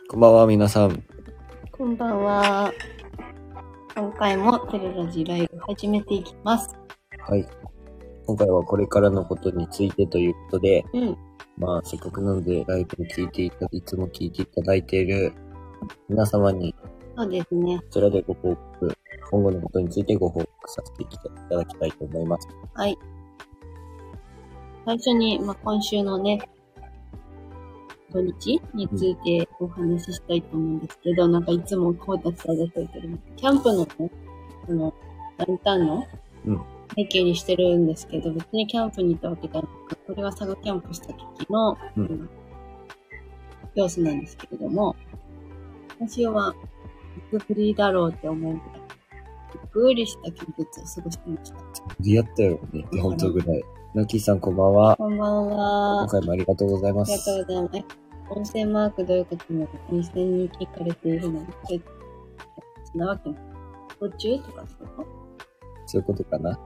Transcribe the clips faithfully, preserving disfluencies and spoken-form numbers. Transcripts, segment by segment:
こんばんは、皆さん。 こんばんは。今回もテレラジライブ始めていきます。 はい。今回はこれからのことについてということで、 うん。 まあ、せっかくなので、ライブに聞いていた、いつも聞いていただいている皆様に、 そうですね。 こちらでご報告、今後のことについてご報告させていただきたいと思います。 はい。最初に、まあ、今週のね、土日についてお話ししたいと思うんですけど、うん、なんかいつもこうたちは出てるけど、キャンプのね、あの、ランタンの背景にしてるんですけど、別にキャンプに行ったわけじゃなくて、これは佐賀キャンプした時の、うん、様子なんですけれども、私はいつぶりだろうって思うぐらい、ゆっくりした休日を過ごしてました。 やったよね、本当ぐらい。ナッキーさんこんばんは。 こんばんは。 今回もありがとうございます。 ありがとうございます。音声マークどういうことなのかにせんにん聞かれているので、そんなわけない。途中とかそういうことそういうことかな。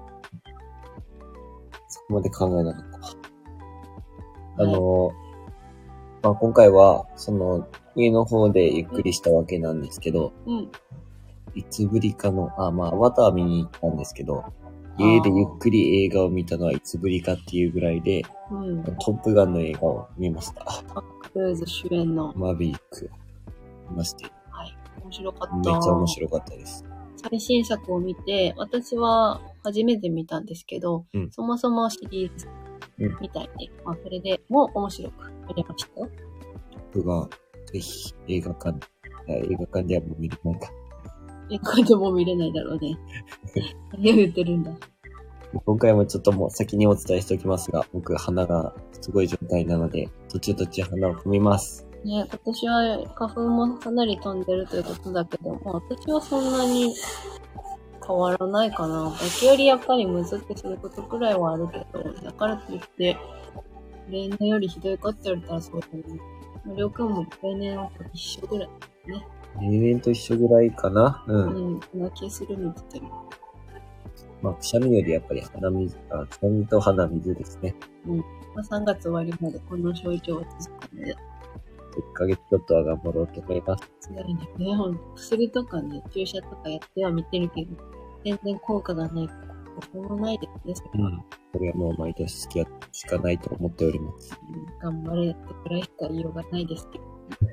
そこまで考えなかった。あの、はい、まあ、今回は、その、家の方でゆっくりしたわけなんですけど、うん、いつぶりかの、あ、まあ、アバター見に行ったんですけど、家でゆっくり映画を見たのはいつぶりかっていうぐらいで、うん、トップガンの映画を見ました。 トム・クルーズ主演のマーヴェリック見まして。 はい。面白かった。 めっちゃ面白かったです。 最新作を見て、私は初めて見たんですけど、うん、そもそもシリーズみたいで、うん、まあそれでも面白く見れましたよ。 僕がぜひ映画館、映画館ではもう見れないか。 映画館でも見れないだろうね。何を言ってるんだ。 今回もちょっともう先にお伝えしておきますが、僕鼻がすごい状態なので、途中途中鼻を踏みます。 ね、今年は花粉もかなり飛んでるということだけども、私はそんなに変わらないかな。時折やっぱりむずってすることくらいはあるけど、だからといって、例年よりひどいかって言われたらそうだね。りょうくんも例年は一緒ぐらいね。 例年と一緒ぐらいかな。うん。 うん、そんな気するんですけど。 まあ、くしゃみよりやっぱり鼻水、あ、くしゃみと鼻水ですね。 うん。まあ、さんがつ終わりまでこの症状は続くので。いっかげつちょっとは頑張ろうと思います。 辛いね。ね、薬とかね、注射とかやっては見てるけど、全然効果がないから、どこもないですね。 うん。これはもう毎年好きや、しかないと思っております。 うん、頑張れってくらいしか言いようがないですけど。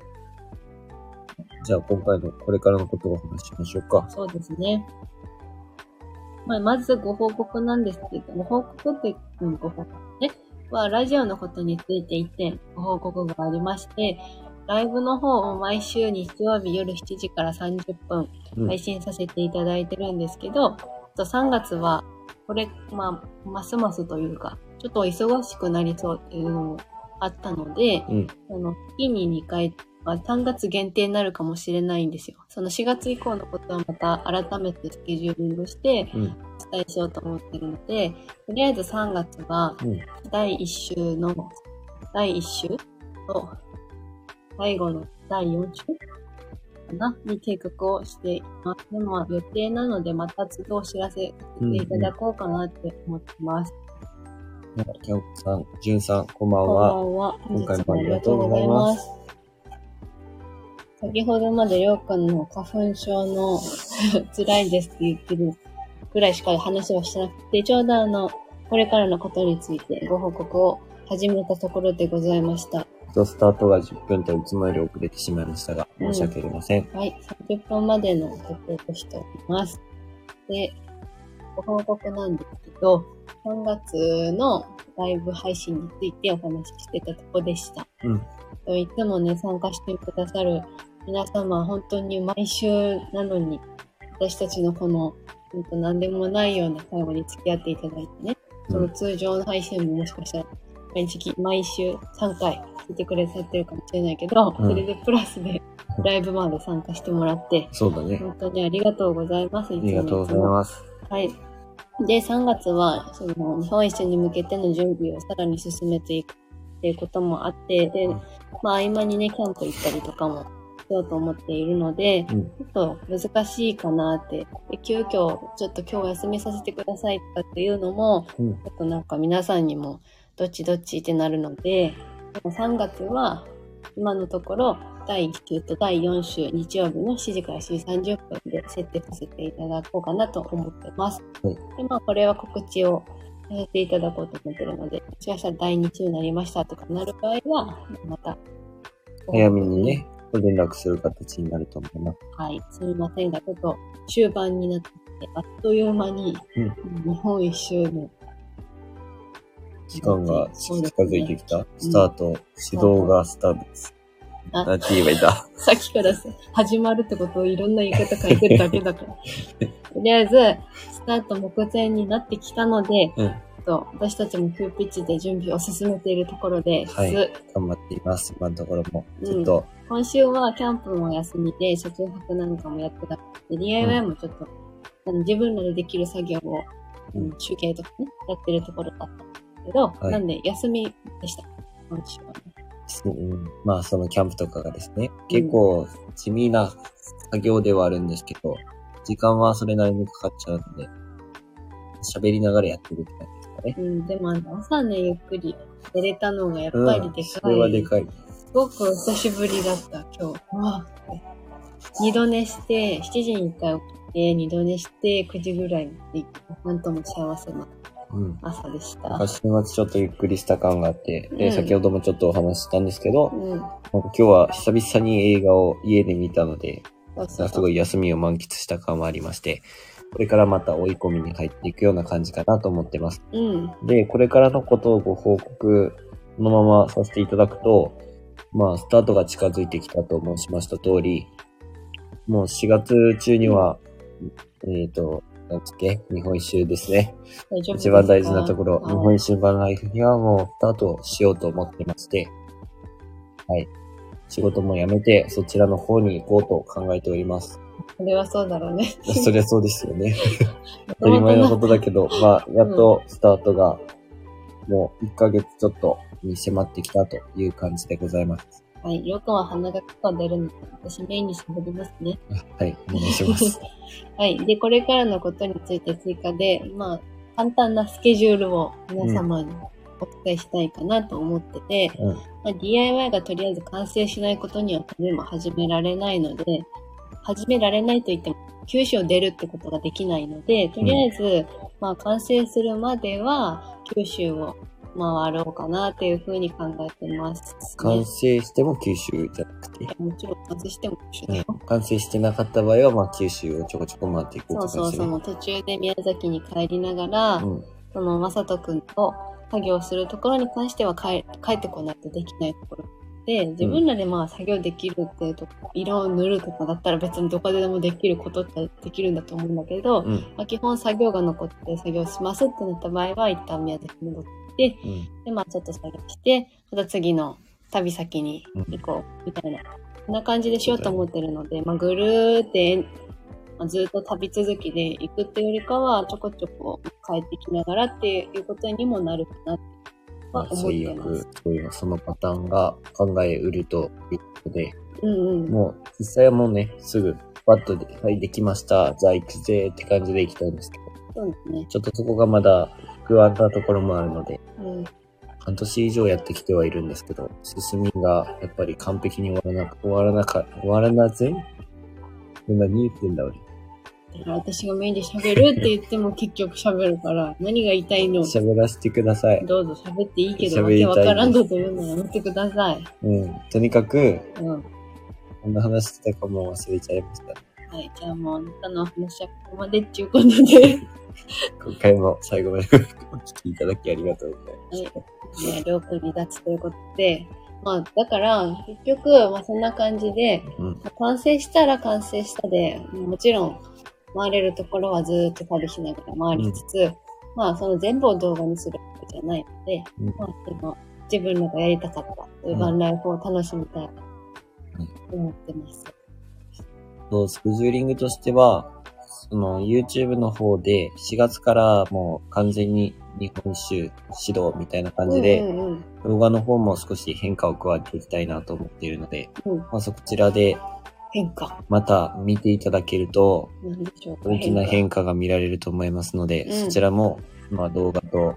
じゃあ今回のこれからのことをお話ししましょうか。 そうですね。まあ、まずご報告なんですけど、ご報告って、うん、ご報告ね。は、ラジオのことについていってんご報告がありまして、ライブの方を毎週日曜日夜しちじからさんじゅっぷん配信させていただいてるんですけど、うん、さんがつは、これ、まあ、ますますというか、ちょっと忙しくなりそうっていうのもあったので、うん、あの、月ににかい、まあ、さんがつ限定になるかもしれないんですよ。そのしがつ以降のことはまた改めてスケジューリングして、お伝えしようと思ってるので、とりあえずさんがつは、だいいっ週の、だいいっ週と、最後のだいよん週かなに計画をしています。でも予定なのでまた都度お知らせさせていただこうかなって思ってます。 うんうん、キャンプさん、ジュンさん、こんばんは。 こんばんは。 今回もありがとうございます。 先ほどまでりょうくんの花粉症の辛いですって言ってるくらいしか話はしてなくて、ちょうどあの、これからのことについてご報告を始めたところでございました。 スタートがじゅっぷんといつもより遅れてしまいましたが、申し訳ありません。 うん、はい、さんじゅっぷんまでの予定としております。で、ご報告なんですけど、さんがつのライブ配信についてお話ししてたとこでした。うん。いつもね、参加してくださる皆様、本当に毎週なのに、私たちのこの、本当何でもないような会話に付き合っていただいてね、その通常の配信ももしかしたら毎日、毎週さんかい聞いてくれさってるかもしれないけど、うん、それでプラスでライブまで参加してもらって、 そうだね。 本当にありがとうございます。いつもありがとうございます。 はい。で、さんがつは、その、日本一周に向けての準備をさらに進めていくっていうこともあって、で、まあ、合間にね、キャンプ行ったりとかもしようと思っているので、うん、ちょっと難しいかなって、で急遽、ちょっと今日休みさせてくださいとかっていうのも、うん、ちょっとなんか皆さんにも、どっちどっちってなるので、でもさんがつは、 今のところ、だいいっ週とだいよん週、日曜日のしちじからしちじさんじゅっぷんで設定させていただこうかなと思ってます。 はい、 で、まあ、これは告知をさせていただこうと思ってるので、もしかしたらだいに週になりましたとかなる場合は、また、 早めにね、ご連絡する形になると思います。 はい、すみませんが、ちょっと終盤になってきて、あっという間に、日本一周の時間が近づいてきた。ね、スタート、うん、指導がスタートです。なんて言えばいいんだ。 さっきから始まるってことをいろんな言い方書いてるだけだから。とりあえず、スタート目前になってきたので、うん、と私たちも急ピッチで準備を進めているところです。 はい。頑張っています。今のところも。ちょっと、 うん、今週はキャンプも休みで、車中泊なんかもやってたので、ディーアイワイ もちょっと、うん、自分らでできる作業を、うん、集計とかね、やってるところだったんですけど、はい、なんで休みでした。今週はね。 うん、まあそのキャンプとかがですね、結構地味な作業ではあるんですけど、時間はそれなりにかかっちゃうので、喋りながらやってるって感じですかね。 うん、でもあの朝ね、ゆっくり寝れたのがやっぱりでかい。うん、 それはでかい。 すごく久しぶりだった、今日。わ二度寝して、しちじにいっかい起きて、二度寝して、くじぐらいまで行って、なんとも幸せな朝でした。 うん、週末ちょっとゆっくりした感があって、で、うん、先ほどもちょっとお話ししたんですけど、うん、なんか今日は久々に映画を家で見たので、そうそうすごい休みを満喫した感はありまして、これからまた追い込みに入っていくような感じかなと思ってます。うん、で、これからのことをご報告のままさせていただくと、まあ、スタートが近づいてきたと申しました通り、もうしがつ中には、うん、えっと、なんつっけ日本一周ですね。一番大事なところ、日本一周バンライフにはもうスタートしようと思ってまして、はい。仕事も辞めて、そちらの方に行こうと考えております。 それはそうだろうね。 そりゃそうですよね。当たり前のことだけど、まあ、やっとスタートが、もういっかげつちょっとに迫ってきたという感じでございます。 はい。りょうくんは鼻がかんでるので、私メインに喋りますね。 はい。お願いします。 はい。で、これからのことについて追加で、まあ、簡単なスケジュールを皆様にお伝えしたいかなと思ってて、うんまあ、ディーアイワイ がとりあえず完成しないことには旅も始められないので、始められないと言っても、九州を出るってことができないので、とりあえず、うん、まあ、完成するまでは、九州を回ろうかなっていうふうに考えてます、ね。 完成しても九州じゃなくて。 もちろん完成しても九州だよ、 うん。完成してなかった場合は、まあ九州をちょこちょこ回っていこうと、ね、 そうそう、その途中で宮崎に帰りながら、うん、そのまさとくんと作業するところに関しては帰帰ってこないとできないところで、自分らでまあ作業できるっていうところ、色を塗るとかだったら別にどこでもできることってできるんだと思うんだけど、うんまあ、基本作業が残って作業しますってなった場合は一旦宮崎に戻って、うん、でまあちょっと作業して、また次の旅先に行こうみたいな、こんな感じでしようと思ってるので、まあぐるーって、まあ、ずっと旅続きで行くっていうよりかはちょこちょこ帰ってきながらっていうことにもなるかなって。 まあ、最悪、そういうそのパターンが考えうるということで、うんうん、もう実際はもうね、すぐバッとで、はい、できました、じゃあ行くぜって感じで行きたいんですけど、 そうですね、 ちょっとそこがまだ不安なところもあるので、うん、半年以上やってきてはいるんですけど、進みがやっぱり完璧に終わらなく、終わらなか、終わらなぜ何言ってんだ俺。 私がメインで喋るって言っても結局喋るから、何が言いたいの？ 喋らせてください。 どうぞ喋っていいけど、わけわからんこと言うのやめてください。 うん。とにかく、うん。こんな話してたかも忘れちゃいました。 はい。じゃあもう、あなたの話はここまでっていうことで。 今回も最後までお聞きいただきありがとうございました。はい。 ね、両国離脱ということで、まあ、だから、結局、まあそんな感じで、うん、完成したら完成したで、もちろん、回れるところはずーっと旅しながら回りつつ、うん、まあその全部を動画にするわけじゃないので、うん、まあでも自分らがやりたかったというバンライフを楽しみたいなと思ってます。 うん、スケジューリングとしては、その YouTube の方でしがつからもう完全に日本一周指導みたいな感じで、うんうんうん、動画の方も少し変化を加えていきたいなと思っているので、うん、まあそちらで変化。 また見ていただけると、大きな変化が見られると思いますので、うん、そちらも、まあ動画と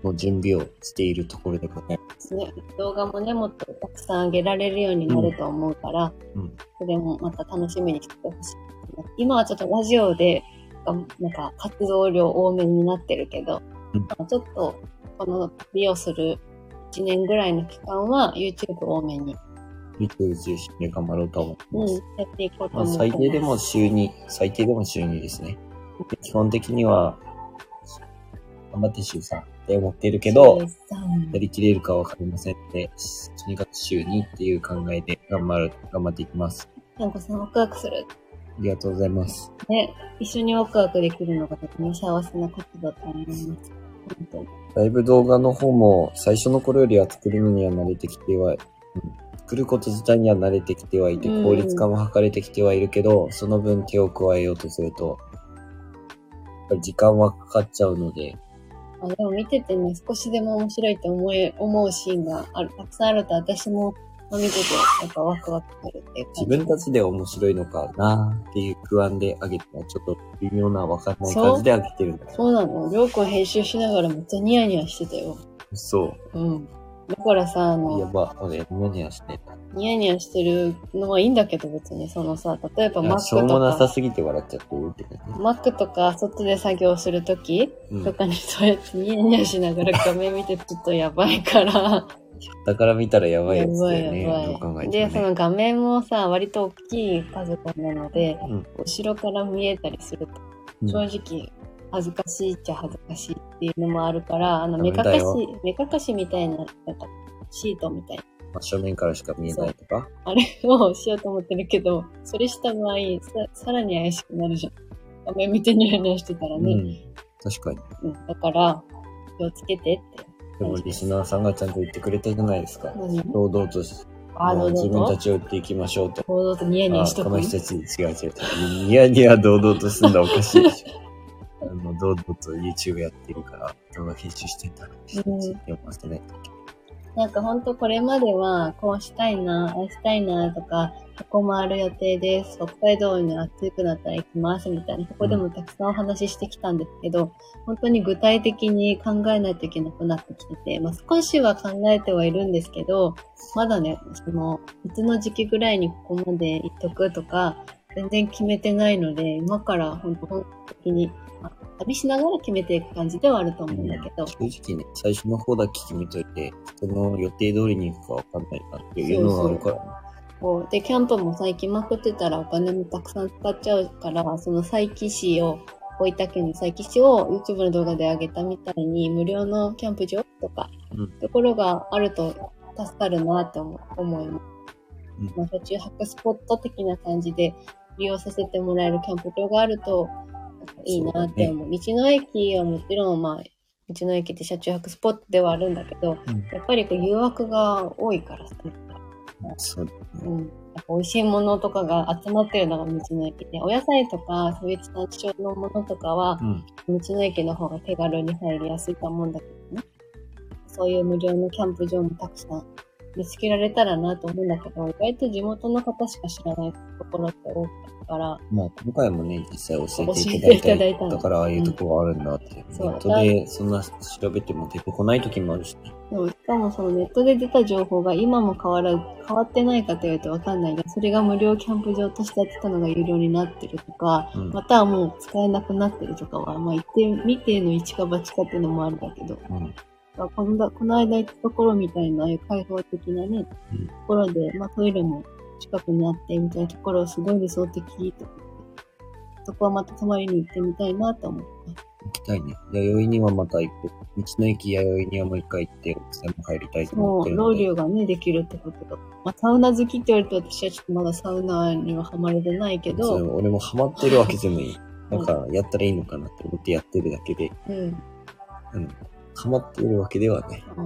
の準備をしているところでございますね。動画もね、もっとたくさん上げられるようになると思うから、うんうん、それもまた楽しみにしてほしい。今はちょっとラジオで、なんか活動量多めになってるけど、うん、ちょっとこの旅をするいちねんぐらいの期間は YouTube 多めに。 YouTube 中心で頑張ろうと思ってます。 うん、やっていこうと思ってます。 まあ、最低でも週に、最低でも週にですね。基本的には、頑張って週さんって思ってるけど、やりきれるかわかりませんので、とにかく週にっていう考えで頑張る、頑張っていきます。 なんかさんワクワクする。 ありがとうございます。 ね、一緒にワクワクできるのがとても幸せなことだと思います。本当に。 だいぶ動画の方も最初の頃よりは作るのには慣れてきては、うん、作ること自体には慣れてきてはいて、効率化も図れてきてはいるけど、うん、その分手を加えようとすると、時間はかかっちゃうので。 あ、でも見ててね、少しでも面白いと思え、思うシーンがある、たくさんあると私も見てて、やっぱワクワクするっていう感じ。 自分たちで面白いのかなっていう不安で上げてたら、ちょっと微妙なわかんない感じで上げてるんだけど。 そうなの。りょうくん編集しながらめっちゃニヤニヤしてたよ。 そう。 うん。だからさ、あの、 やば、俺、ニヤニヤしてた。 ニヤニヤしてるのはいいんだけど別に、そのさ、例えば Mac とか。 しょうもなさすぎて笑っちゃってるって感じ。 Mac とか外で作業するとき、うん、とかにそうやってニヤニヤしながら画面見てちょっとやばいから。 だから見たらやばいやつだよね。 やばいやばい。で、その画面もさ、割と大きいパソコンなので、うん、後ろから見えたりすると、正直恥ずかしいっちゃ恥ずかしいっていうのもあるから、あの、目隠し、目隠しみたいな、なんか、シートみたいな。 正面からしか見えないとかあれをしようと思ってるけど、それした場合、さ, さらに怪しくなるじゃん。画面見てニヤニヤしてたらね。うん、 確かに。 うん、だから、気をつけてって。 でもリスナーさんがちゃんと言ってくれたじゃないですか。 何？ 堂々とし、あの自分たちを言っていきましょうと。 堂々とニヤニヤしとく。 この人たち、違う違う違う。ニヤニヤ堂々とすんだおかしいでしょ。あの、堂々と YouTube やってるから、動画編集してたら、読ませないといけない。 なんかほんとこれまでは、こうしたいな、ああしたいなとか、ここ回る予定です。北海道に暑くなったら行きますみたいな、ここでもたくさんお話ししてきたんですけど、うん、本当に具体的に考えないといけなくなってきてて、まあ少しは考えてはいるんですけど、まだね、その、いつの時期ぐらいにここまで行っとくとか、全然決めてないので、今から本当本当に、旅しながら決めていく感じではあると思うんだけど。 正直ね、最初の方だけ決めといて、その予定通りに行くかわかんないなっていうのがあるからね。 そうで、キャンプも最近まくってたらお金もたくさん使っちゃうから、その佐伯市を、大分県の佐伯市を YouTube の動画で上げたみたいに、無料のキャンプ場とか、うん、ところがあると助かるなって思います。うん、まあ、車中泊スポット的な感じで利用させてもらえるキャンプ場があると、いいなって思う。うね、道の駅はもちろん、まあ、道の駅って車中泊スポットではあるんだけど、うん、やっぱりこう誘惑が多いからさ、ね。 そうだね。 うん。やっぱ美味しいものとかが集まってるのが道の駅で、お野菜とか、そういう地産地消のものとかは、うん、道の駅の方が手軽に入りやすいと思うんだけどね。そういう無料のキャンプ場もたくさん見つけられたらなと思うんだけど、意外と地元の方しか知らないところって多かったから。 まあ、今回もね、実際教えていただいた。だからああいうところがあるんだって。うん、ネットでそんな調べても出てこない時もあるしね。 でもしかもそのネットで出た情報が今も変わらず、変わってないかと言われてわかんないが、それが無料キャンプ場としてやってたのが有料になってるとか、うん、またはもう使えなくなってるとかは、まあ行ってみての一か八かっていうのもあるんだけど、うん、このこの間行ったところみたいな開放的なね、うん、ところで、まあトイレも近くにあってみたいなところをすごい理想的と思って、そこはまた泊まりに行ってみたいなと思ってます。 行きたいね。弥生にはまた行く。道の駅弥生にはもう一回行って、温泉も入りたいと思ってるので。 そう、ロウリュがね、できるってことだ。まあ、サウナ好きって言われると私はちょっとまだサウナにはハマれてないけど。 そう、俺もハマってるわけじゃない。なんか、やったらいいのかなって思ってやってるだけで。うん。うん。ハマっているわけではない。うん。うん、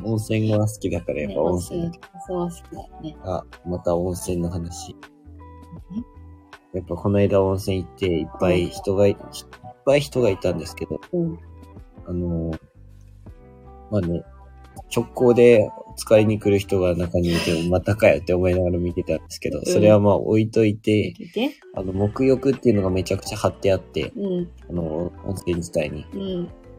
温泉が好きだからやっぱ温泉だけど。 ね、温泉好きだよね。 あ、また温泉の話。やっぱこの間温泉行っていっぱい人がい、いっぱい人がいたんですけど、うん、あのー、まあね、直行で使いに来る人が中にいてもまたかよって思いながら見てたんですけど、それはまあ置いといて、うん、あの、沐浴っていうのがめちゃくちゃ貼ってあって、うん、あの、温泉自体に。うん、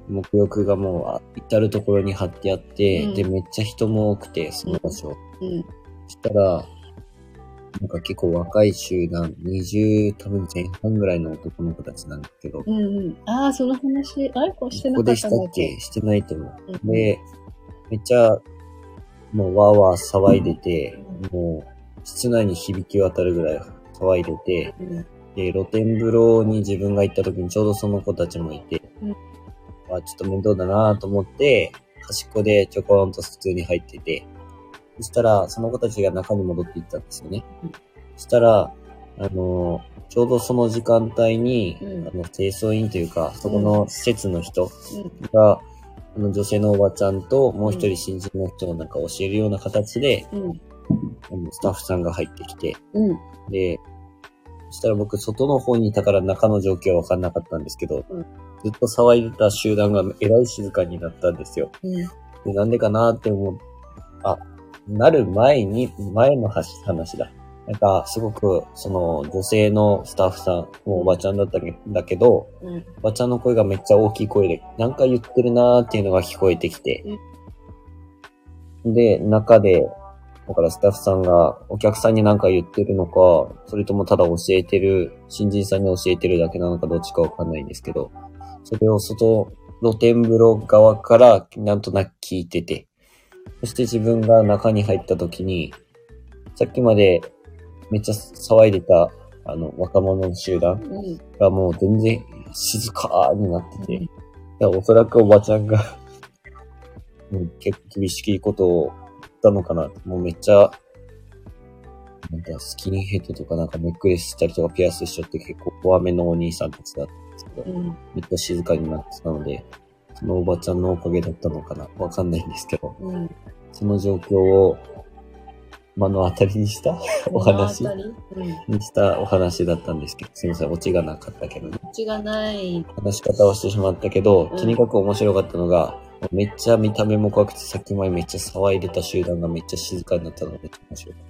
目浴がもう至るところに貼ってあって、うん、で、めっちゃ人も多くて、その場所。うん。そしたら、なんか結構若い集団、にじゅう多分前半ぐらいの男の子たちなんですけど。 うんうん。ああ、その話、あれこうしてなかったんだっけ？ここでしたっけ？してないと思う。うん、で、めっちゃ、もうわーわー騒いでて、うん、もう、室内に響き渡るぐらい騒いでて、うん、で、露天風呂に自分が行った時にちょうどその子たちもいて、うん、あ、ちょっと面倒だなと思って、端っこでちょこんと普通に入ってて、そしたら、その子たちが中に戻っていったんですよね。うん、そしたら、あの、ちょうどその時間帯に、うん、あの、清掃員というか、そこの施設の人が、うん、あの女性のおばちゃんと、もう一人新人の人をなんか教えるような形で、うん、あのスタッフさんが入ってきて、うん、で、そしたら僕、外の方にいたから中の状況は分かんなかったんですけど、うん、ずっと騒いでた集団がえらい静かになったんですよ。うん、でなんでかなって思う、あ、なる前に、前の話だ。なんか、すごく、その、女性のスタッフさん、もうおばちゃんだったんだけど、うん、おばちゃんの声がめっちゃ大きい声で、なんか言ってるなーっていうのが聞こえてきて、うん、で、中で、だからスタッフさんがお客さんに何か言ってるのか、それともただ教えてる、新人さんに教えてるだけなのかどっちかわかんないんですけど、それを外、露天風呂側からなんとなく聞いてて、そして自分が中に入った時に、さっきまでめっちゃ騒いでた、あの、若者の集団がもう全然静かになってて、うん、おそらくおばちゃんがうん、結構厳しいことを言ったのかな。もうめっちゃ、なんかスキンヘッドとかなんかネックレスしたりとかピアスしちゃって結構怖めのお兄さんたちだったんですけど、うん、めっちゃ静かになってたので、そのおばちゃんのおかげだったのかなわかんないんですけど、うん、その状況を目の当たりにしたお話、うん、にしたお話だったんですけど、すみません、オチがなかったけどね。 オチがない。 話し方をしてしまったけど、うん、とにかく面白かったのが、めっちゃ見た目も怖くて、さっき前めっちゃ騒いでた集団がめっちゃ静かになったので、面白かった、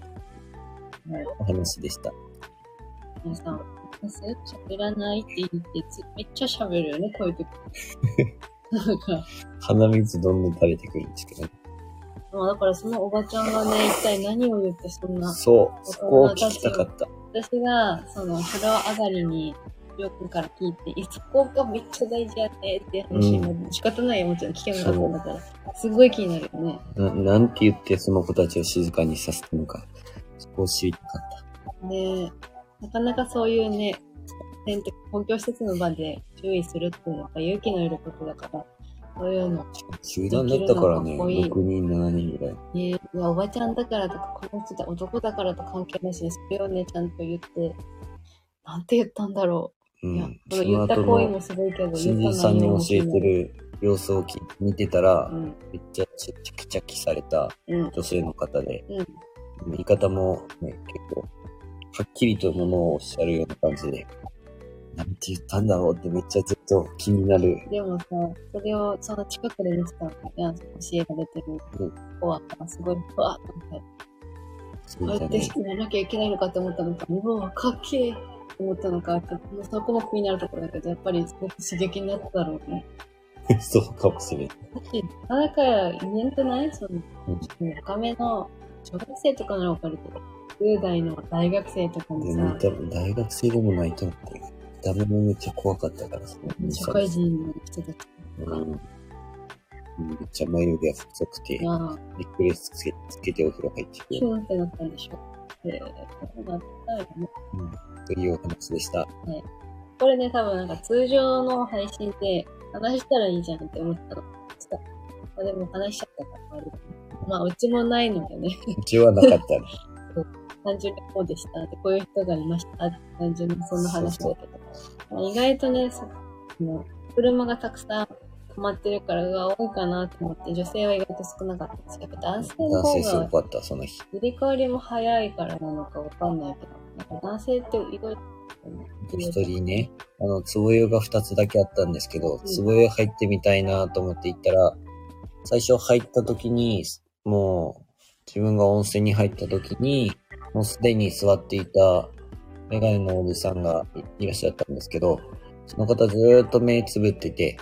はい、お話でした。 皆さん、喋らないって言って、めっちゃ喋るよね、こういう時。なんか鼻水どんどん垂れてくるんですけどね。 だからそのおばちゃんがね、一体何を言ってそんな。 そう、そこを聞きたかった。 私が、その、風呂上がりに、りょうくんから聞いて、そこがめっちゃ大事やねって話も、うん、仕方ないよ、もちろん聞けなかったんだから。すごい気になるよね。 な、なんて言ってその子たちを静かにさせたのか、そこを知りたかった。ねえ、なかなかそういうね、公共施設の場で注意するっていうのはやっぱ勇気のいることだから、そういうの。 集団だったからね、ろくにん、しちにんぐらい。 ね、いや、おばちゃんだからとか、この人だ、男だからと関係なしに、それをね、ちゃんと言って、なんて言ったんだろう。うん、いや、この言った行為もすごいけど、 新人さんに教えてる様子を見てたら、うん、めっちゃチャキチャキされた女性の方で、うんうん、言い方もね、結構、はっきりとものをおっしゃるような感じで、なんて言ったんだろうってめっちゃずっと気になる。 でもさ、それをその近くで見てたのや、教えられてる子は、すごい、ふわっと思って、そうやってやらなきゃいけないのかって思ったのか、うわ、かっけーって思ったのか、そこも気になるところだけど、やっぱりすごく刺激になっただろうね。 そうかもしれない。 だって、なかなか言えんくないその、うん、若めの小学生とかならわかるけど、じゅう代の大学生とかにさ。 多分大学生でもないと思って。ダメもめっちゃ怖かったからさ。 社会人の人たちとか。うん。 めっちゃ眉毛が太くて、ネックレスつけつけてお風呂入ってきて。 そうってなったんでしょ。へえ、そうなったよね。 うん。というお話でした。はい。 これね、多分なんか通常の配信で話したらいいじゃんって思ったの。した。まあ、でも話しちゃったから悪い。まあ、うちもないのでね。 うちはなかったね。 単純にこうでしたって、こういう人がいましたって、単純にそんな話だけど。そうそう意外とね、もう車がたくさん止まってるからが多いかなと思って、女性は意外と少なかったんですけど、やっぱ男性の方が、 男性すごかった、その日。 入れ替わりも早いからなのかわかんないけど、なんか男性って意外と、 一人ね、あの、つぼ湯が二つだけあったんですけど、つぼ湯入ってみたいなと思って行ったら、最初入った時に、もう、自分が温泉に入った時に、もうすでに座っていたメガネのおじさんがいらっしゃったんですけど、その方ずーっと目つぶってて、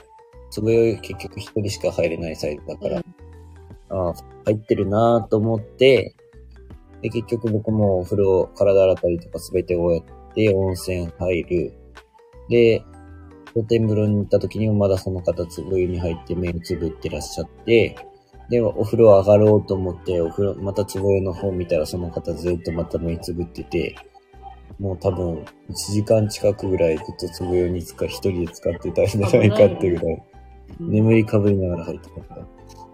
つぶよ結局一人しか入れないサイトだから、うん、ああ、入ってるなぁと思って、で、結局僕もお風呂、体洗ったりとかすべて終えて、温泉入る。で、露天風呂に行った時にもまだその方つぶ湯に入って目をつぶってらっしゃって、で、お風呂上がろうと思って、お風呂、またつぶ湯の方見たらその方ずっとまた目つぶってて、もう多分いちじかん近くぐらいずっとつぶ湯に使、一人で使ってたんじゃないかっていうぐらい、眠りかぶりながら入ってたから。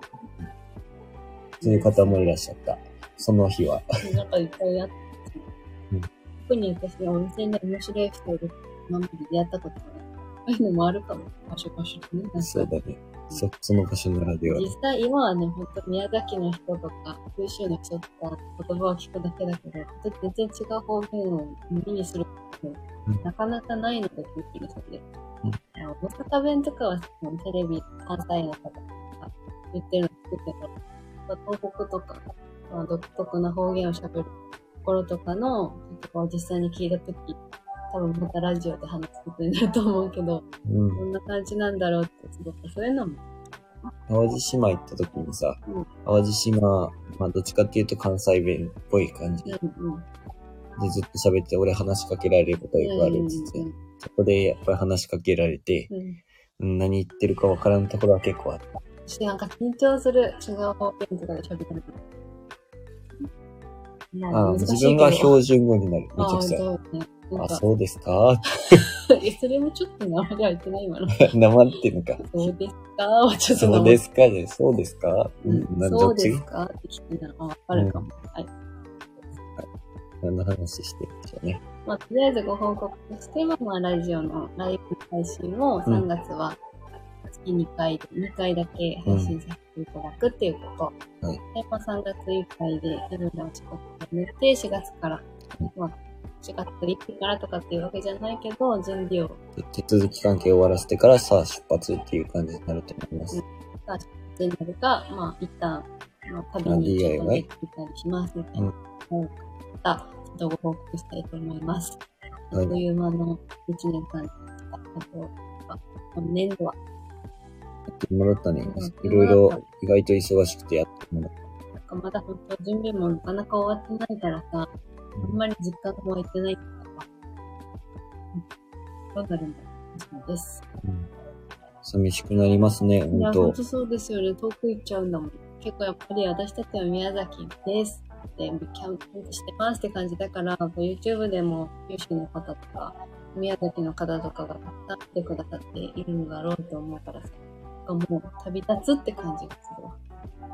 そういう方もいらっしゃった。その日は。 なんかいっぱいやって、うん、特に私は温泉で面白い人いる今まで出会ったことがない。そういうのもあるかも。場所場所でね。 そうだね。そ、その場所ならでは。 実際今はね、ほんと宮崎の人とか、九州の人とか言葉を聞くだけだけど、全然違う方言を耳にすることって、うん、なかなかないので、九州の人で。うん、大阪弁とかはテレビ、関西の方とか言ってるの聞くけど、東北とか、まあ、独特な方言を喋るところとかのとかを実際に聞いたとき、多分またラジオで話すことになると思うけど、うん、こんな感じなんだろうって、すごくそういうのも。 淡路島行った時にさ、うん、淡路島、まあどっちかっていうと関西弁っぽい感じ。うんうん、で、ずっと喋って俺話しかけられることがよくあるって言って、うんうんうん、そこでやっぱり話しかけられて、うん、何言ってるかわからんところは結構あった。 私なんか緊張する違う方言とかで喋ってる。 ああ、自分が標準語になる。めちゃくちゃ。あ、そうですかえ、それもちょっと生では言ってない今の。 生っていうのか。 そうですかはちょっと。 そうですかね。そうですか、 うん、そうですかって聞いたらわかるかも。うん、はい。 何の話してるんでしょうね。 まあ、とりあえずご報告として、まあ、ラジオのライブ配信をさんがつは月にかいで、にかいだけ配信させていただくっていうこと。うん、はい。で、まあ、さんがついっかいで自分でお仕事を寝て、しがつから、うん、まあ、しがついっかいからとかっていうわけじゃないけど、準備を。 手続き関係を終わらせてからさあ出発っていう感じになると思います。うん、 さあ出発になるか、まあ、一旦、まあ、旅にちょっと出てきたりしますみたいな。うん。また、ちょっとご報告したいと思います。はい。という間のいちねんかんでした。あと、今年度は。 やってもらったね。いろいろ意外と忙しくてやってもらった。 なんかまだ本当準備もなかなか終わってないからさ、あんまり実感も湧いてないから、どうなるんだろうです。 うん。寂しくなりますね、本当。いや、 本当そうですよね。遠く行っちゃうんだもん。結構やっぱり私たちは宮崎です。で、キャンプしてますって感じだから、YouTube でも九州の方とか、宮崎の方とかがたくさん来てくださっているのだろうと思うからさ、もう旅立つって感じがするわ。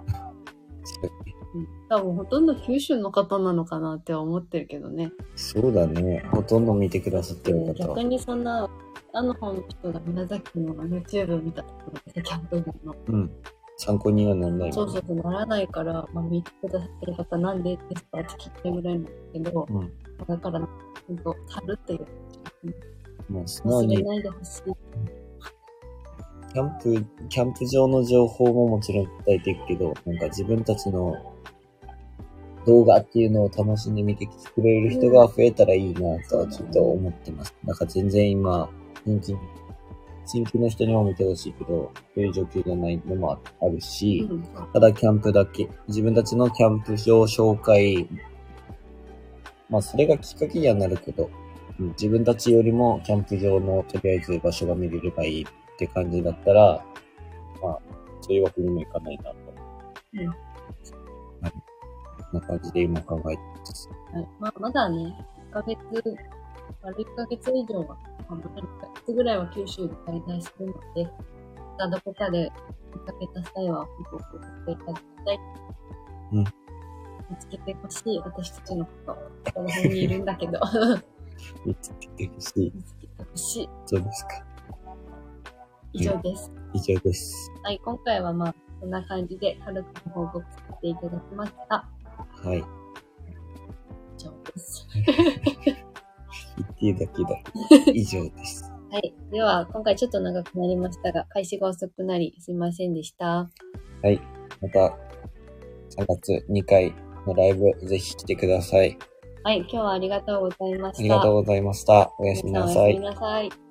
うん、多分ほとんど九州の方なのかなって思ってるけどね。 そうだね。ほとんど見てくださってる方。 逆にそんな、あの方の人が宮崎の YouTube を見たところでキャンプの。 うん。参考にはならない、ね。 そうそうそう、ならないから、まあ、見てくださってる方なんでですかって聞いてるぐらいなんだけど、うん、だから、ほんと、春っていう。 もう素直に。 忘れないでほしい。 キャンプ、キャンプ場の情報ももちろん伝えていくけど、なんか自分たちの動画っていうのを楽しんで見てきてくれる人が増えたらいいなとはちょっと思ってます。なんか全然今、人気、新規の人にも見てほしいけど、そういう状況じゃないのもあるし、ただキャンプだけ、自分たちのキャンプ場紹介、まあそれがきっかけにはなるけど、うん、自分たちよりもキャンプ場のとりあえず場所が見れればいいって感じだったら、まあ、そういうわけにもいかないなと。うん。はい。こんな感じで今考えてます。 はい。まあ、まだね、いっかげつ、丸いっかげつ以上は、まあ、まだいっかげつぐらいは九州で滞在するので、またどこかで見かけた際は、ご報告していただきたい。うん。見つけてほしい、私たちのこと。この辺にいるんだけど。 見つけてほしい。 見つけてほしい。 そうですか。 以上です。 以上です。 はい、今回はまあ、こんな感じで軽く報告させていただきました。 はい。 以上です。 言ってだけだ。以上です。 はい。では、今回ちょっと長くなりましたが、開始が遅くなり、すいませんでした。 はい。また、さんがつにかいのライブ、ぜひ来てください。 はい。今日はありがとうございました。 ありがとうございました。おやすみなさい。 おやすみなさい。